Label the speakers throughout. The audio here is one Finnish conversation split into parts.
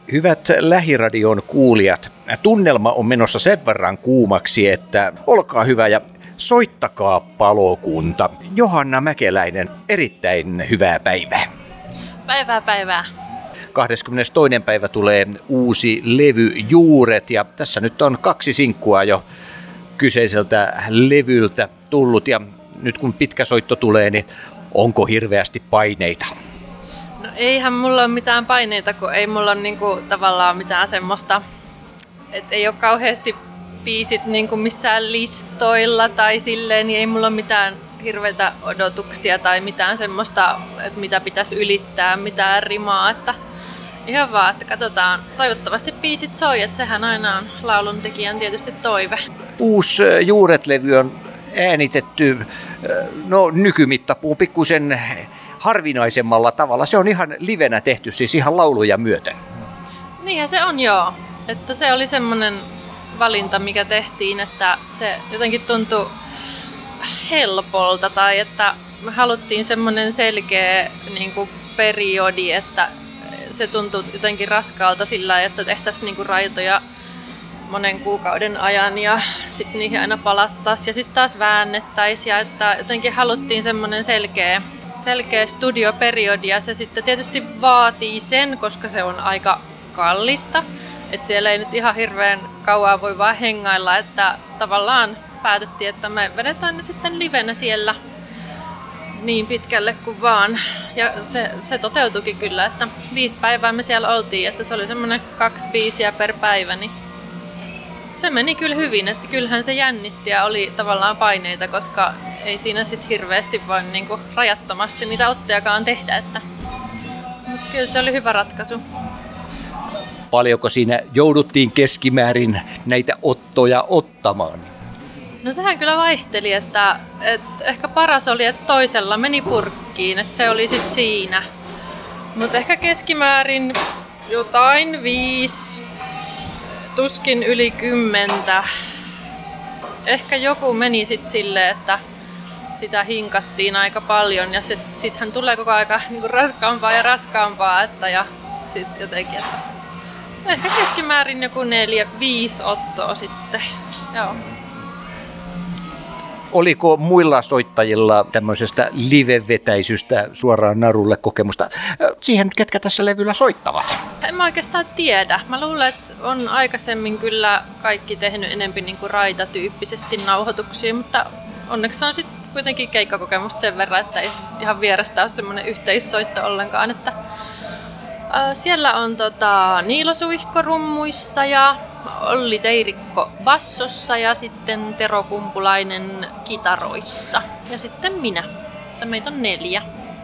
Speaker 1: Hyvät Lähiradion kuulijat, tunnelma on menossa sen verran kuumaksi, että olkaa hyvä ja soittakaa Palokunta. Johanna Mäkeläinen, erittäin hyvää päivää.
Speaker 2: Päivää.
Speaker 1: 22. päivä tulee uusi levy Juuret ja tässä nyt on 2 sinkkua jo kyseiseltä levyltä tullut ja nyt kun pitkä soitto tulee, niin onko hirveästi paineita?
Speaker 2: No eihän mulla ole mitään paineita, kun ei mulla ole niinku tavallaan mitään semmoista, että ei ole kauheasti biisit niinku missään listoilla tai silleen, niin ei mulla ole mitään hirveitä odotuksia tai mitään semmoista, että mitä pitäisi ylittää, mitään rimaa, että ihan vaan, että katsotaan. Toivottavasti biisit soi, että sehän aina on lauluntekijän tietysti toive.
Speaker 1: Uusi Juuret-levy on äänitetty nykymittapuun pikkusen harvinaisemmalla tavalla. Se on ihan livenä tehty, siis ihan lauluja myöten.
Speaker 2: Niinhän se on joo. Että se oli semmoinen valinta, mikä tehtiin, että se jotenkin tuntui helpolta tai että me haluttiin semmoinen selkeä niin kuin periodi, että se tuntui jotenkin raskaalta sillä, että tehtäisiin niin kuin raitoja monen kuukauden ajan ja sitten niihin aina palattaisiin ja sitten taas väännettäisiin ja että jotenkin haluttiin semmoinen selkeä studioperiodi ja se sitten tietysti vaatii sen, koska se on aika kallista, että siellä ei nyt ihan hirveän kauan voi vaan hengailla, että tavallaan päätettiin, että me vedetään ne sitten livenä siellä niin pitkälle kuin vaan. Ja se toteutuikin kyllä, että 5 päivää me siellä oltiin, että se oli semmoinen 2 biisiä per päivä, niin se meni kyllä hyvin, että kyllähän se jännitti ja oli tavallaan paineita, koska ei siinä sitten hirveästi voi niinku rajattomasti niitä ottejakaan tehdä, mutta kyllä se oli hyvä ratkaisu.
Speaker 1: Paljonko siinä jouduttiin keskimäärin näitä ottoja ottamaan?
Speaker 2: No sehän kyllä vaihteli, että ehkä paras oli, että toisella meni purkkiin, että se oli sitten siinä. Mutta ehkä keskimäärin jotain 5, tuskin yli 10. Ehkä joku meni sitten silleen, että sitä hinkattiin aika paljon ja sittenhän tulee koko aika niinku raskaampaa ja raskaampaa. Ja sitten jotenkin, että ehkä keskimäärin joku 4-5 ottoa sitten, joo.
Speaker 1: Oliko muilla soittajilla tämmöisestä live-vetäisystä suoraan narulle kokemusta siihen, ketkä tässä levyllä soittavat?
Speaker 2: En mä oikeastaan tiedä. Mä luulen, että on aikaisemmin kyllä kaikki tehnyt enemmän niin kuin raitatyyppisesti nauhoituksia, mutta onneksi on sitten kuitenkin keikkakokemusta sen verran, että ei ihan vierasta ole semmoinen yhteissoitto ollenkaan. Että, siellä on Niilo Suihko rummuissa ja Olli Teirikko bassossa ja sitten Tero Kumpulainen kitaroissa ja sitten minä. Meitä on 4.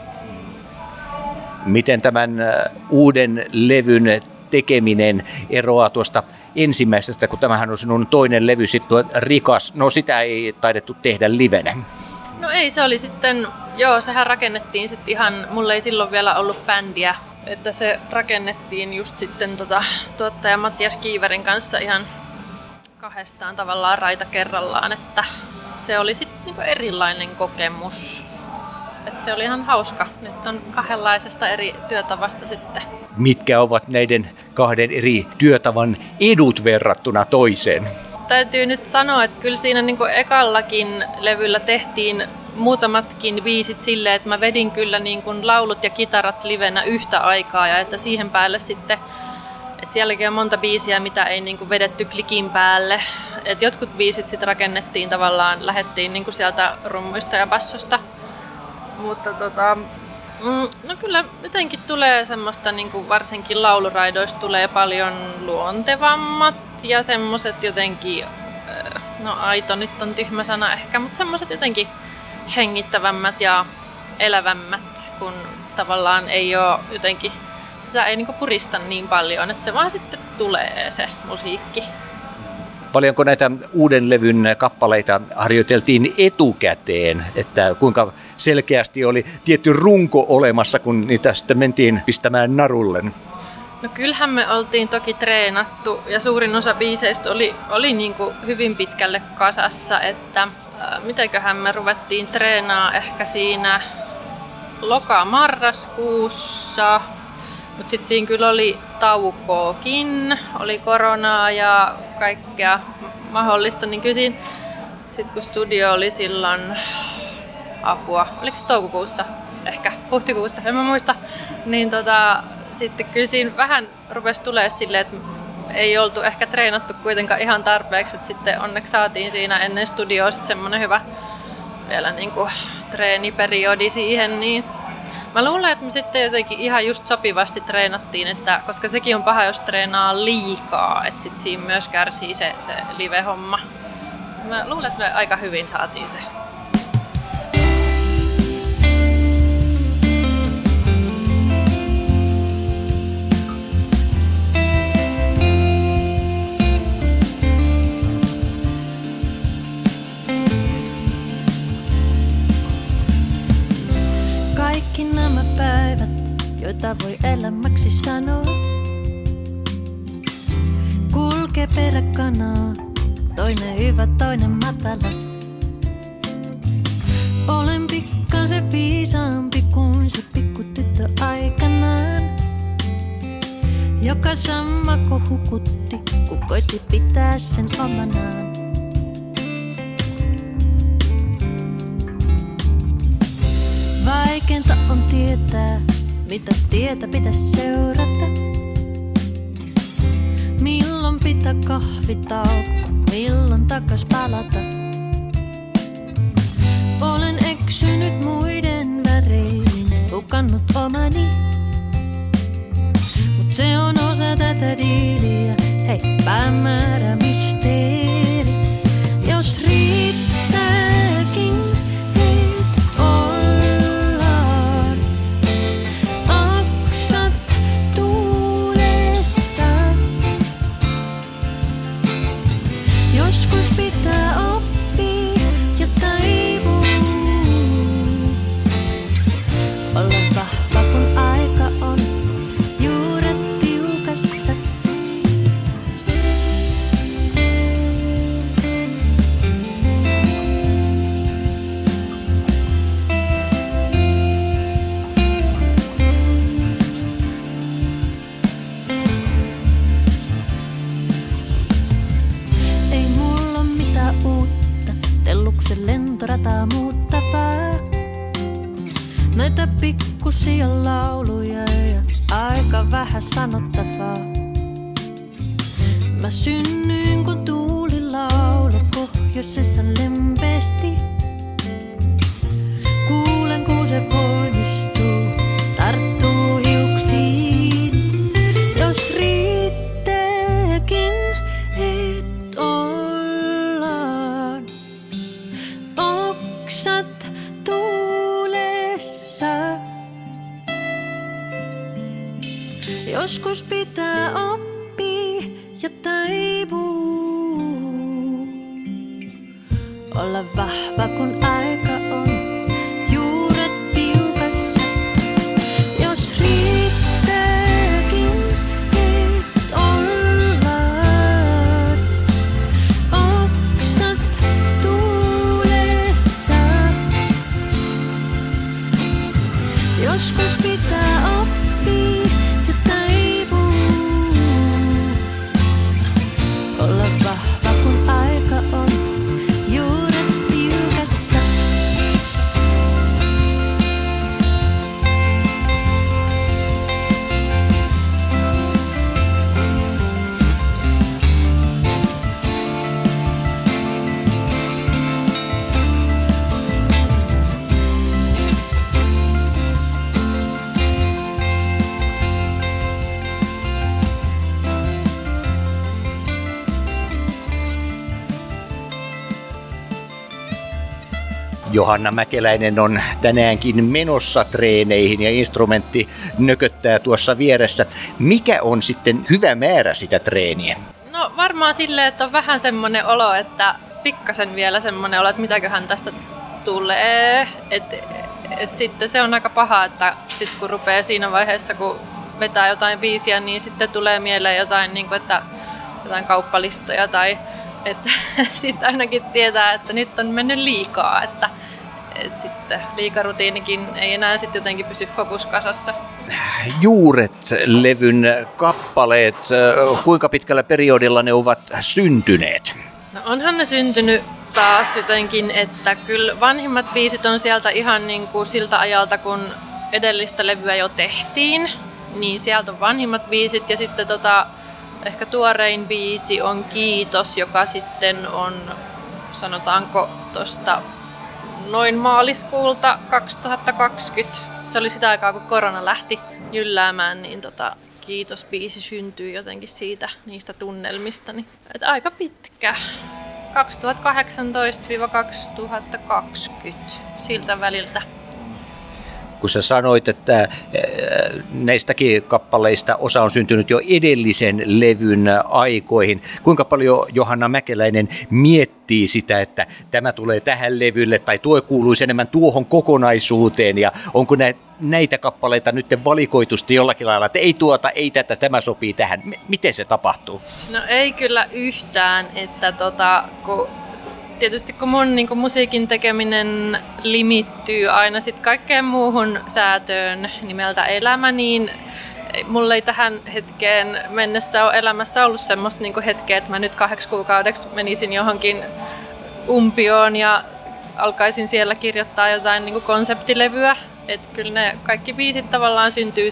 Speaker 1: Miten tämän uuden levyn tekeminen eroaa tuosta ensimmäisestä, kun tämähän on sinun toinen levy, sitten Rikas, no sitä ei taidettu tehdä livenä.
Speaker 2: No ei, se oli sitten, sehän rakennettiin sitten ihan, mulla ei silloin vielä ollut bändiä, että se rakennettiin just sitten tuottaja Mattias Kiiverin kanssa ihan 2 tavallaan raita kerrallaan, että se oli sitten niinku erilainen kokemus. Että se oli ihan hauska. Nyt on 2 eri työtavasta sitten.
Speaker 1: Mitkä ovat näiden 2 eri työtavan edut verrattuna toiseen?
Speaker 2: Täytyy nyt sanoa, että kyllä siinä niinku ekallakin levyllä tehtiin muutamatkin biisit silleen, että mä vedin kyllä niin kuin laulut ja kitarat livenä yhtä aikaa ja että siihen päälle sitten, että sielläkin on monta biisiä, mitä ei niin kuin vedetty klikin päälle. Että jotkut biisit sitten rakennettiin tavallaan, lähdettiin niin kuin sieltä rummuista ja bassosta. Mutta no kyllä jotenkin tulee semmoista, niin kuin varsinkin lauluraidoista tulee paljon luontevammat ja semmoiset jotenkin, no aito nyt on tyhmä sana ehkä, mutta semmoiset jotenkin hengittävämmät ja elävämmät, kun tavallaan ei ole jotenkin, sitä ei niinku purista niin paljon, että se vaan sitten tulee se musiikki.
Speaker 1: Paljonko näitä uuden levyn kappaleita harjoiteltiin etukäteen, että kuinka selkeästi oli tietty runko olemassa, kun niitä sitten mentiin pistämään narulle?
Speaker 2: No kyllähän me oltiin toki treenattu ja suurin osa biiseistä oli niin kuin hyvin pitkälle kasassa, että mitenköhän me ruvettiin treenaamaan ehkä siinä loka-marraskuussa Mutta sitten siinä kyllä oli taukoakin, oli koronaa ja kaikkea mahdollista, niin kyllä sitten kun studio oli silloin apua, oliko se toukokuussa, ehkä huhtikuussa, en mä muista, niin sitten kyllä siinä vähän rupesi tulemaan silleen, että ei oltu ehkä treenattu kuitenkaan ihan tarpeeksi, että sitten onneksi saatiin siinä ennen studioa sitten semmoinen hyvä vielä niinku treeniperiodi siihen, niin mä luulen, että me sitten jotenkin ihan just sopivasti treenattiin, että, koska sekin on paha, jos treenaa liikaa, että sitten siinä myös kärsii se live-homma. Mä luulen, että me aika hyvin saatiin se.
Speaker 3: Kaikki nämä päivät, joita voi elämäksi sanoa, kulkee peräkanaa, toinen hyvä, toinen matala. Olen pikkasen viisaampi kuin se pikkutyttö aikanaan, joka sammakko hukutti, kun koitti pitää sen omanaan. Vaikeinta on tietää, mitä tietä pitäisi seurata. Milloin pitää kahvitauko, milloin takas palata. Olen eksynyt muiden väreihin, hukannut omani. Mut se on osa tätä diiliä, hei, päämäärä mysteeri. Jos riittääkin, joskus pitää oppia ja taipua. Olla vahva kun aika on, juuret tiukassa. Telluksen lentorataa muuttavaa. Näitä pikkusia lauluja ja aika vähän sanottavaa. Mä synnyin kun tuuli laulu pohjoisessa lempeästi. Kuulen kun se voimistuu, tarttuu hiuksiin. Jos riittääkin, et ollaan oksat tuulessa. Joskus pitää oppia ja taipua. Olla vahva kun aika on, juuret tiukassa. Jos riittääkin, et ollaan oksat tuulessa. Joskus pitää oppia ja taipua. Olla vahva kun aika on, juuret tiukassa.
Speaker 1: Johanna Mäkeläinen on tänäänkin menossa treeneihin ja instrumentti nököttää tuossa vieressä. Mikä on sitten hyvä määrä sitä treeniä?
Speaker 2: No varmaan silleen, että on vähän semmoinen olo, että pikkasen vielä semmoinen olo, että mitäköhän tästä tulee. Et sitten se on aika paha, että sit kun rupeaa siinä vaiheessa, kun vetää jotain biisiä, niin sitten tulee mieleen jotain, niin kuin, että jotain kauppalistoja tai että sitten ainakin tietää, että nyt on mennyt liikaa. Että sitten liikarutiinikin ei enää sitten jotenkin pysy fokuskasassa.
Speaker 1: Juuret-levyn kappaleet, kuinka pitkällä periodilla ne ovat syntyneet?
Speaker 2: No onhan ne syntynyt taas jotenkin, että kyllä vanhimmat biisit on sieltä ihan niin kuin siltä ajalta, kun edellistä levyä jo tehtiin. Niin sieltä on vanhimmat biisit ja sitten ehkä tuorein biisi on Kiitos, joka sitten on, sanotaanko tuosta noin maaliskuulta 2020. Se oli sitä aikaa, kun korona lähti jylläämään, niin Kiitos-biisi syntyy jotenkin niistä tunnelmista. Niin, että aika pitkä. 2018-2020 siltä väliltä.
Speaker 1: Kun sä sanoit, että näistäkin kappaleista osa on syntynyt jo edellisen levyn aikoihin. Kuinka paljon Johanna Mäkeläinen miettii sitä, että tämä tulee tähän levylle tai tuo kuuluisi enemmän tuohon kokonaisuuteen ja onko näitä kappaleita nyt valikoitusti jollakin lailla, että ei tuota, ei tätä, tämä sopii tähän. Miten se tapahtuu?
Speaker 2: No ei kyllä yhtään, että tietysti kun mun musiikin tekeminen limittyy aina sit kaikkeen muuhun säätöön nimeltä elämä, niin mulla ei tähän hetkeen mennessä ole elämässä ollut semmoista hetkeä, että mä nyt 8 kuukaudeksi menisin johonkin umpioon ja alkaisin siellä kirjoittaa jotain konseptilevyä. Että kyllä ne kaikki biisit tavallaan syntyy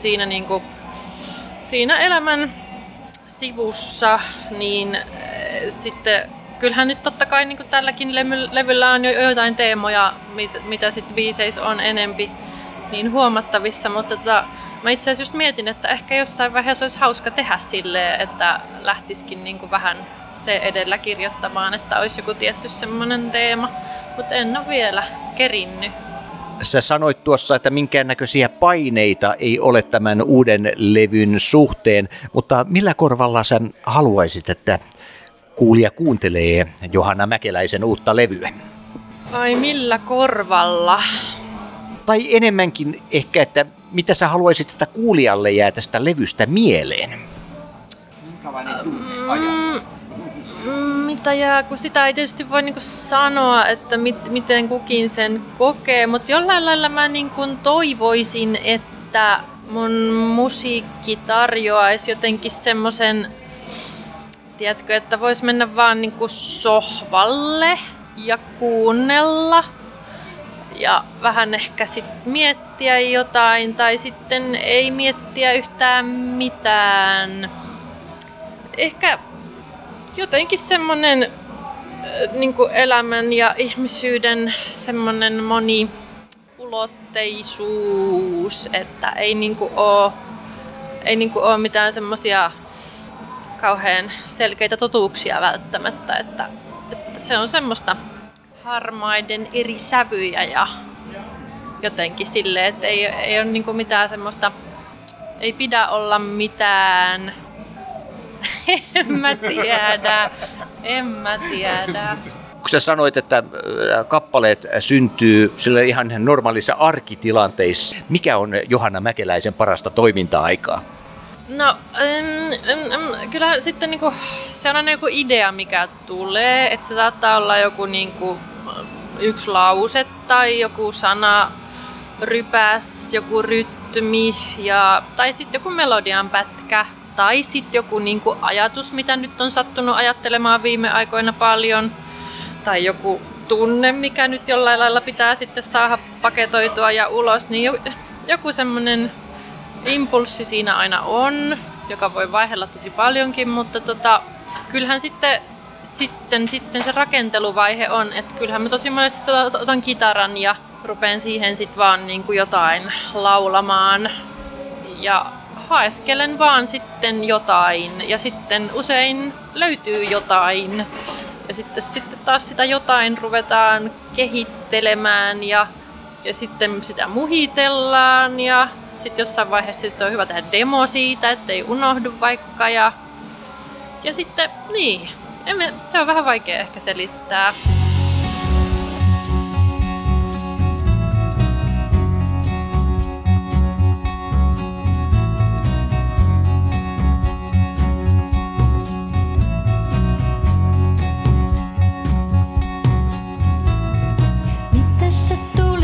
Speaker 2: siinä elämän sivussa, niin sitten kyllähän nyt totta kai tälläkin levyllä on jo joitain teemoja, mitä sitten biiseissä on enempi niin huomattavissa, mutta mä itse asiassa just mietin, että ehkä jossain vaiheessa olisi hauska tehdä silleen, että lähtisikin vähän se edellä kirjoittamaan, että olisi joku tietty semmoinen teema, mutta en ole vielä kerinnyt.
Speaker 1: Sä sanoit tuossa, että minkäännäköisiä paineita ei ole tämän uuden levyn suhteen, mutta millä korvalla sä haluaisit, että kuulija kuuntelee Johanna Mäkeläisen uutta levyä?
Speaker 2: Ai millä korvalla?
Speaker 1: Tai enemmänkin ehkä, että mitä sä haluaisit, että kuulijalle jää tästä levystä mieleen? Minkälainen ajatus?
Speaker 2: Mitä jää, kun sitä ei tietysti voi sanoa, että miten kukin sen kokee, mutta jollain lailla mä toivoisin, että mun musiikki tarjoaisi jotenkin semmoisen, tiedätkö, että vois mennä vaan sohvalle ja kuunnella ja vähän ehkä sit miettiä jotain tai sitten ei miettiä yhtään mitään. Ehkä jotenkin semmoinen elämän ja ihmisyyden semmoinen moniulotteisuus, että ei ole mitään semmoisia kauhean selkeitä totuuksia välttämättä, että se on semmoista harmaiden eri sävyjä ja jotenkin silleen, että ei ole mitään semmoista, ei pidä olla mitään. En mä tiedä.
Speaker 1: Kun sä sanoit, että kappaleet syntyy sille ihan normaalissa arkitilanteissa, mikä on Johanna Mäkeläisen parasta toiminta-aikaa?
Speaker 2: No, kyllä sitten se on aina joku idea, mikä tulee, että se saattaa olla joku yksi lause tai joku sana, rypäs, joku rytmi tai sitten joku melodian pätkä. Tai sitten joku ajatus, mitä nyt on sattunut ajattelemaan viime aikoina paljon. Tai joku tunne, mikä nyt jollain lailla pitää sitten saada paketoitua ja ulos. Niin joku semmoinen impulssi siinä aina on, joka voi vaihella tosi paljonkin. Mutta kyllähän sitten se rakenteluvaihe on, että kyllähän mä tosi monesti otan kitaran ja rupean siihen sitten vaan jotain laulamaan. Ja haeskelen vaan sitten jotain ja sitten usein löytyy jotain ja sitten taas sitä jotain ruvetaan kehittelemään ja sitten sitä muhitellaan ja sitten jossain vaiheessa on hyvä tehdä demo siitä, ettei unohdu vaikka ja sitten niin, se on vähän vaikea ehkä selittää.
Speaker 3: Mitä se tuli?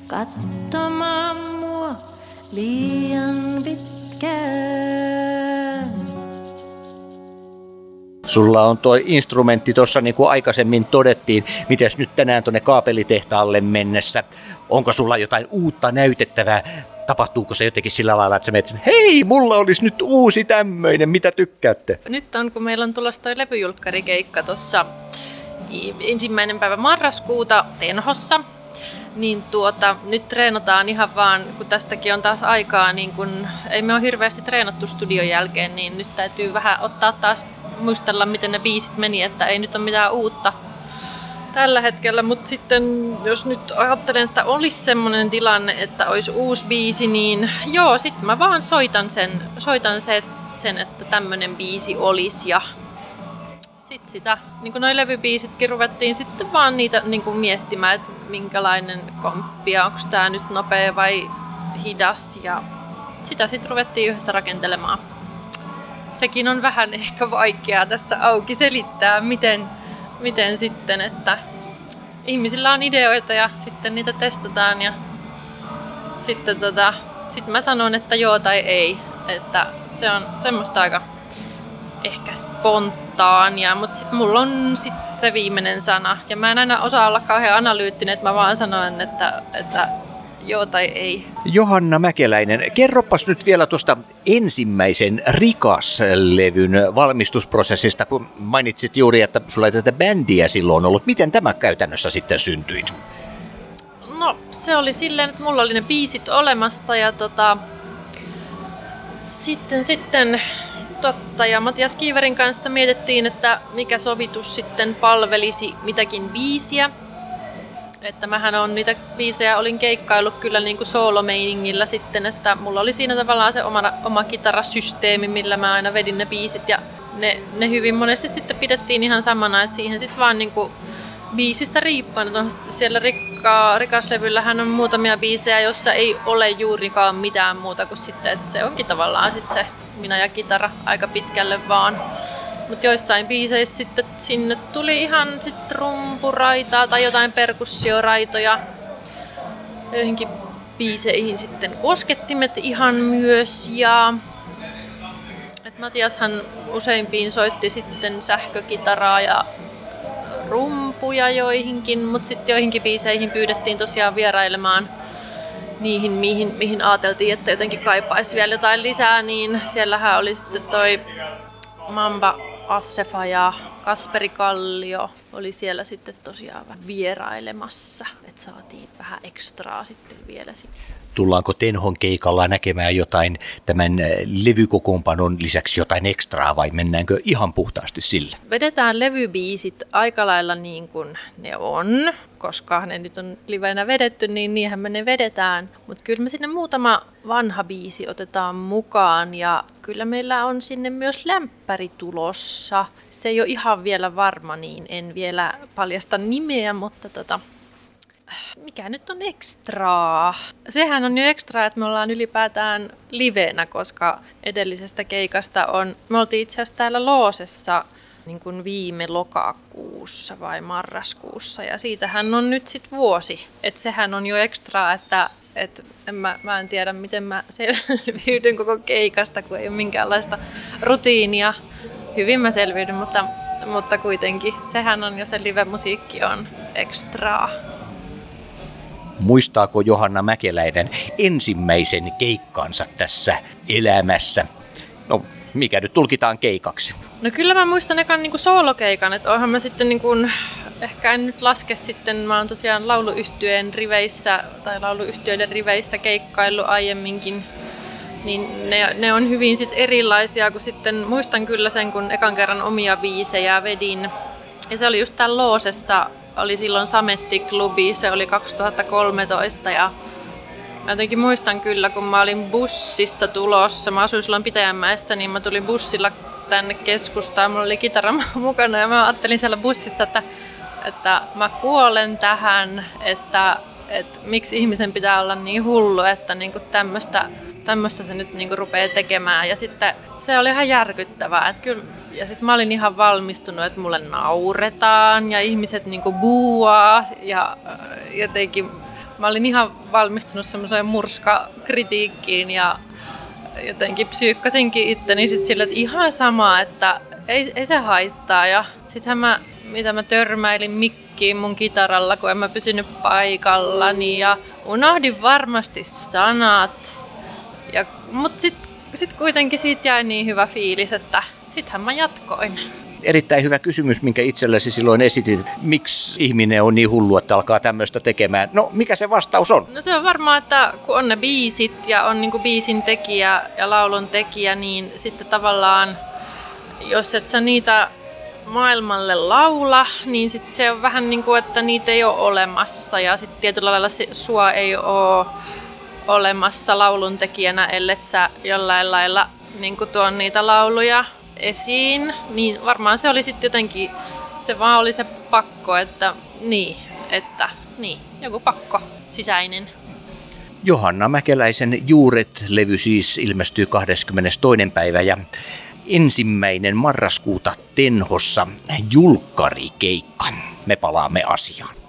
Speaker 3: katsomaan mua liian pitkään.
Speaker 1: Sulla on tuo instrumentti tuossa, niin kuin aikaisemmin todettiin. Mites nyt tänään tuonne kaapelitehtaalle mennessä? Onko sulla jotain uutta näytettävää? Tapahtuuko se jotenkin sillä lailla, että sä menet sen, hei, mulla olisi nyt uusi tämmöinen, mitä tykkäätte?
Speaker 2: Nyt on, kun meillä on tulossa toi levyjulkkarikeikka tuossa 1. päivä marraskuuta Tenhossa, niin nyt treenataan ihan vaan, kun tästäkin on taas aikaa, niin kun ei me ole hirveästi treenattu studion jälkeen, niin nyt täytyy vähän ottaa taas muistella, miten ne biisit meni, että ei nyt ole mitään uutta tällä hetkellä, mutta sitten jos nyt ajattelen, että olisi semmoinen tilanne, että olisi uusi biisi, niin joo, sitten mä vaan soitan sen, että tämmöinen biisi olisi ja sitten sitä, niin kuin noi levybiisitkin ruvettiin sitten vaan niitä niin kuin miettimään, että minkälainen komppi ja onko tää nyt nopea vai hidas ja sitä sitten ruvettiin yhdessä rakentelemaan. Sekin on vähän ehkä vaikeaa tässä auki selittää, miten sitten, että ihmisillä on ideoita ja sitten niitä testataan ja sitten sitten mä sanon, että joo tai ei, että se on semmoista aika ehkä spontaania, mutta sitten mulla on sitten se viimeinen sana ja mä en aina osaa olla kauhean analyyttinen, että mä vaan sanon, että joo tai ei.
Speaker 1: Johanna Mäkeläinen, kerropas nyt vielä tuosta ensimmäisen Rikas-levyn valmistusprosessista, kun mainitsit juuri, että sulla ei tätä bändiä silloin ollut. Miten tämä käytännössä sitten syntyi?
Speaker 2: No se oli silleen, että mulla oli ne biisit olemassa ja sitten ja Matias Kiiverin kanssa mietittiin, että mikä sovitus sitten palvelisi mitäkin biisiä. Että mähän on niitä biisejä olin keikkaillut kyllä niin kuin soolomeiningillä sitten, että mulla oli siinä tavallaan se oma kitarasysteemi, millä mä aina vedin ne biisit ja ne hyvin monesti sitten pidettiin ihan samana, että siihen sitten vaan niin kuin biisistä riippuen. Siellä Rikas-levyllähän on muutamia biisejä, jossa ei ole juurikaan mitään muuta kuin sitten, että se onkin tavallaan sitten se minä ja kitara aika pitkälle vaan. Mutta joissain biiseissä sitten sinne tuli ihan sit rumpuraitaa tai jotain perkussioraitoja. Joihinkin biiseihin sitten koskettimet ihan myös. Ja Matiashan useimpiin soitti sitten sähkökitaraa ja rumpuja joihinkin, mutta sitten joihinkin biiseihin pyydettiin tosiaan vierailemaan niihin, mihin ajateltiin, että jotenkin kaipaisi vielä jotain lisää, niin siellähän oli sitten toi Mamba Assefa ja Kasperi Kallio oli siellä sitten tosiaan vierailemassa, että saatiin vähän ekstraa sitten vielä sinne.
Speaker 1: Tullaanko Tenhon keikalla näkemään jotain tämän levykokoonpanon lisäksi jotain ekstraa vai mennäänkö ihan puhtaasti sillä?
Speaker 2: Vedetään levybiisit aika lailla niin kuin ne on, koska ne nyt on livenä vedetty, niin niinhän me ne vedetään. Mutta kyllä me sinne muutama vanha biisi otetaan mukaan ja kyllä meillä on sinne myös lämpäri tulossa. Se ei ole ihan vielä varma, niin en vielä paljasta nimeä, mutta mikä nyt on ekstraa? Sehän on jo ekstraa, että me ollaan ylipäätään livenä, koska edellisestä keikasta me oltiin itse asiassa täällä Loosessa niin kuin viime lokakuussa vai marraskuussa ja siitähän on nyt sitten vuosi. Että sehän on jo ekstraa, että mä en tiedä miten mä selviydyn koko keikasta, kun ei ole minkäänlaista rutiinia. Hyvin mä selviydyn, mutta kuitenkin sehän on jo se live-musiikki on ekstraa.
Speaker 1: Muistaako Johanna Mäkeläinen ensimmäisen keikkansa tässä elämässä? No, mikä nyt tulkitaan keikaksi?
Speaker 2: No kyllä mä muistan ekan niin kuin soolokeikan, että oonhan mä sitten niin kuin, ehkä en nyt laske sitten, mä oon tosiaan lauluyhtyöiden riveissä keikkaillut aiemminkin, niin ne on hyvin sit erilaisia, kun sitten muistan kyllä sen, kun ekan kerran omia biisejä vedin. Ja se oli just täällä Loosessa, oli silloin Sametti-klubi, se oli 2013 ja mä jotenkin muistan kyllä, kun mä olin bussissa tulossa, mä asuin silloin Pitäjänmäessä, niin mä tulin bussilla tänne keskustaan, mulla oli kitara mukana ja mä ajattelin siellä bussissa, että mä kuolen tähän, että miksi ihmisen pitää olla niin hullu, että niinku tämmöistä se nyt niinku rupeaa tekemään ja sitten se oli ihan järkyttävää, että kyllä. Ja sitten mä olin ihan valmistunut, että mulle nauretaan ja ihmiset niinku buuaa ja jotenkin mä olin ihan valmistunut semmoiseen murskakritiikkiin ja jotenkin psyykkasinkin itteni sit sille, että ihan sama, että ei se haittaa. Ja sittenhän mä törmäilin mikkiin mun kitaralla, kun en mä pysynyt paikallani ja unohdin varmasti sanat. Mutta sit kuitenkin siitä jäi niin hyvä fiilis, että sittenhän mä jatkoin.
Speaker 1: Erittäin hyvä kysymys, minkä itsellesi silloin esitit. Miksi ihminen on niin hullu, että alkaa tämmöistä tekemään? No, mikä se vastaus on?
Speaker 2: No se on varmaan, että kun on ne biisit ja on niinku biisin tekijä ja laulun tekijä, niin sitten tavallaan, jos et sä niitä maailmalle laula, niin sit se on vähän niin kuin, että niitä ei ole olemassa. Ja sitten tietyllä lailla sua ei ole olemassa laulun tekijänä, ellet sä jollain lailla niin kuin tuon niitä lauluja esiin, niin varmaan se oli sitten jotenkin, se vaan oli se pakko, että joku pakko sisäinen.
Speaker 1: Johanna Mäkeläisen Juuret-levy siis ilmestyy 22. päivä ja 1. marraskuuta Tenhossa julkkarikeikka. Me palaamme asiaan.